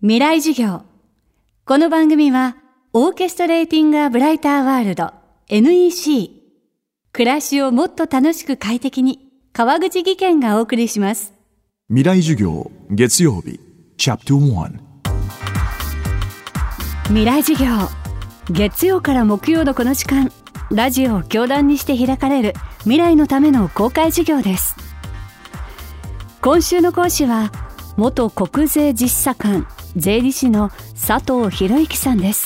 未来授業。この番組はオーケストレーティング・ア・ブライター・ワールド NEC 暮らしをもっと楽しく快適に川口義賢がお送りします。 未来授業月曜日チャプター1。 未来授業、月曜から木曜のこの時間、ラジオを教壇にして開かれる未来のための公開授業です。今週の講師は元国税実査官税理士の佐藤博之さんです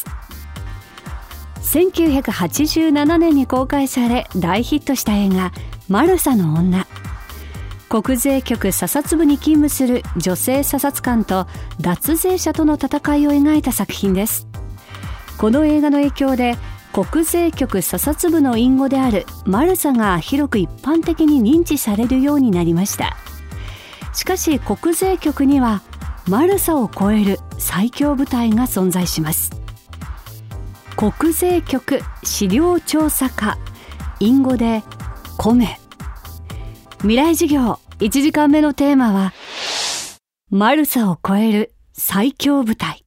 。1987年に公開され大ヒットした映画マルサの女。国税局査察部に勤務する女性査察官と脱税者との戦いを描いた作品です。この映画の影響で国税局査察部の隠語であるマルサが広く一般的に認知されるようになりました。しかし国税局にはマルサを超える最強部隊が存在します。国税局資料調査課、隠語でコメ。未来授業1時間目のテーマはマルサを超える最強部隊。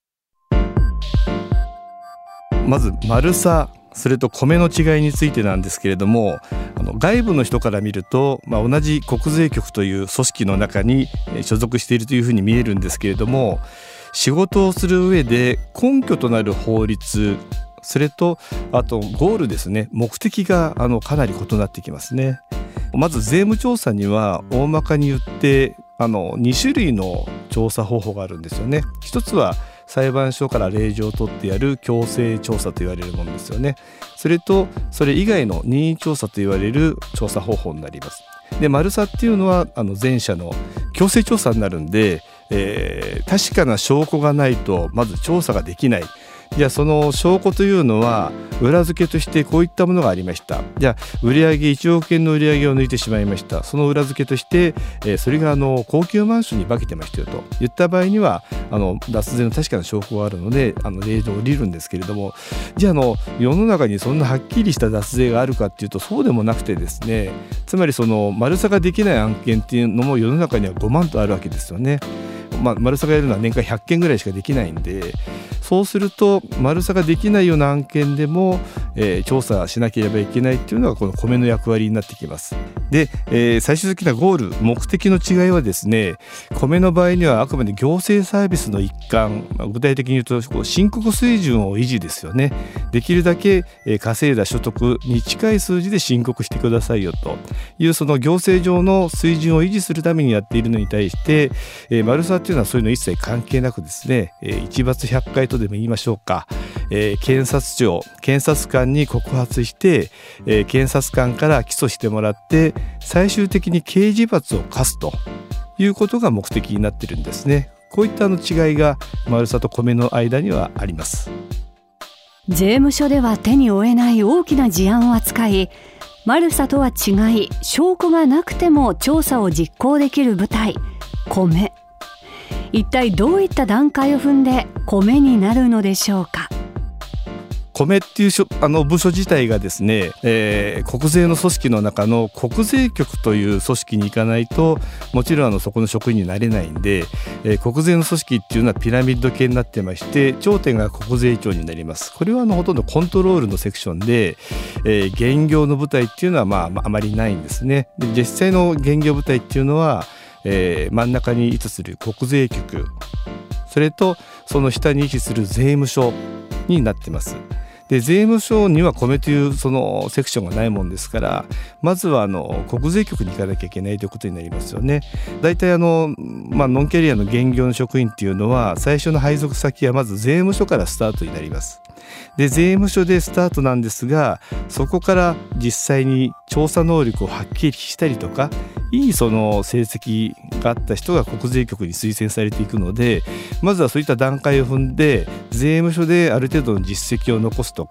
まずマルサ、それと米の違いについてなんですけれども、外部の人から見ると、同じ国税局という組織の中に所属しているというふうに見えるんですけれども、仕事をする上で根拠となる法律、それとあとゴールですね、目的がかなり異なってきますね。まず税務調査には大まかに言って2種類の調査方法があるんですよね。一つは裁判所から令状を取ってやる強制調査と言われるものですよね。それとそれ以外の任意調査と言われる調査方法になります。で、マルサっていうのは前者の強制調査になるんで、確かな証拠がないとまず調査ができない。じゃあその証拠というのは裏付けとしてこういったものがありました。じゃあ売上1億円の売上を抜いてしまいました。その裏付けとして、それが高級マンションに化けてましたよと言った場合には脱税の確かな証拠があるので令状を降りるんですけれども、じゃあ世の中にそんなはっきりした脱税があるかっていうとそうでもなくてですね、つまりそのマルサができない案件っていうのも世の中には5万とあるわけですよね。マルサがやるのは年間100件ぐらいしかできないんで、そうするとマルサができないような案件でも、調査しなければいけないっていうのがこの米の役割になってきます。で、最終的なゴール、目的の違いはですね、米の場合にはあくまで行政サービスの一環、具体的に言うと申告水準を維持ですよね。できるだけ、稼いだ所得に近い数字で申告してくださいよというその行政上の水準を維持するためにやっているのに対して、マルサっていうのはそういうの一切関係なくですね、一罰百回とでも言いましょうか、検察庁、検察官に告発して、検察官から起訴してもらって最終的に刑事罰を科すということが目的になっているんですね。こういった違いがマルサと米の間にはあります。 税務署では手に負えない大きな事案を扱い、マルサとは違い証拠がなくても調査を実行できる部隊米。一体どういった段階を踏んで米になるのでしょうか。 米っていう部署自体がですね、国税の組織の中の国税局という組織に行かないともちろんそこの職員になれないんで、国税の組織っていうのはピラミッド系になってまして、頂点が国税庁になります。これはほとんどコントロールのセクションで、現業の部隊っていうのはあまりないんですね。で、実際の現業部隊っていうのは、真ん中に位置する国税局、それとその下に位置する税務署になっています。で、税務署には米というそのセクションがないもんですから、まずは国税局に行かなきゃいけないということになりますよね。だいたいノンキャリアの現業の職員っていうのは最初の配属先はまず税務署からスタートになります。で、税務署でスタートなんですが、そこから実際に調査能力を発揮したりとか、いいその成績があった人が国税局に推薦されていくので、まずはそういった段階を踏んで税務署である程度の実績を残すとか、あ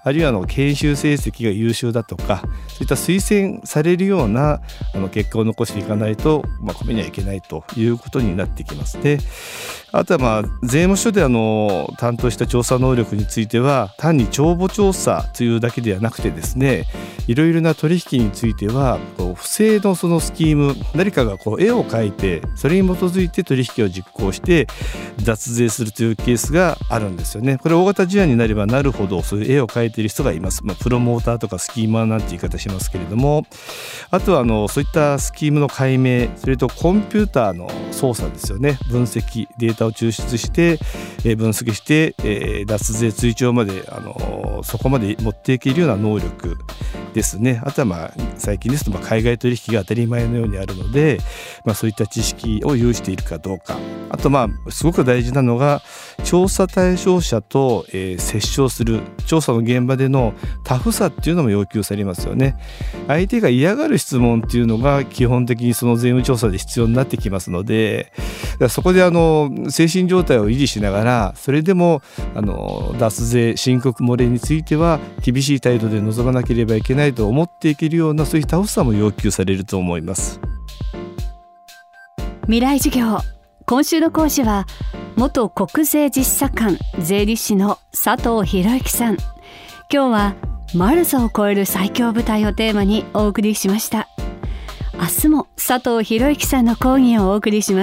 あるいは研修成績が優秀だとか、そういった推薦されるような結果を残していかないと、米にはいけないということになってきますね。あとは税務署で担当した調査能力については、単に帳簿調査というだけではなくてですね、いろいろな取引については不正のそのスキーム、誰かが絵を描いてそれに基づいて取引を実行して脱税するというケースがあるんですよね。これ大型事案になればなるほどそういう絵を描いている人がいます。プロモーターとかスキーマーなんて言い方しますけれども、あとはそういったスキームの解明、それとコンピューターの操作ですよね。分析、データを抽出して分析して、脱税追徴までそこまで持っていけるような能力ですね。あとは最近ですと海外取引が当たり前のようにあるので、そういった知識を有しているかどうか。あとすごく大事なのが調査対象者と、折衝する調査の現場でのタフさっていうのも要求されますよね。相手が嫌がる質問っていうのが基本的にその税務調査で必要になってきますので、そこで精神状態を維持しながら、それでも脱税申告漏れについては厳しい態度で臨まなければいけないと思っていけるような、そういうタフさも要求されると思います。 未来授業、今週の講師は元国税実査官税理士の佐藤博之さん。今日はマルサを超える最強部隊をテーマにお送りしました。明日も佐藤博之さんの講義をお送りします。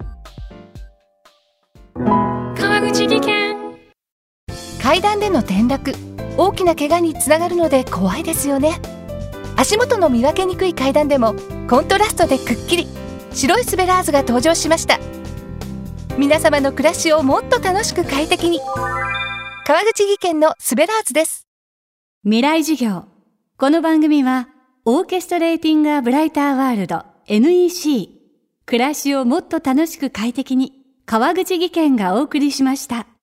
川口技研。階段での転落、大きな怪我につながるので怖いですよね。足元の見分けにくい階段でもコントラストでくっきり白いスベラーズが登場しました。皆様の暮らしをもっと楽しく快適に、川口技研のスベラーズです。 未来授業、この番組はオーケストレーティングアブライターワールド NEC、 暮らしをもっと楽しく快適に、川口技研がお送りしました。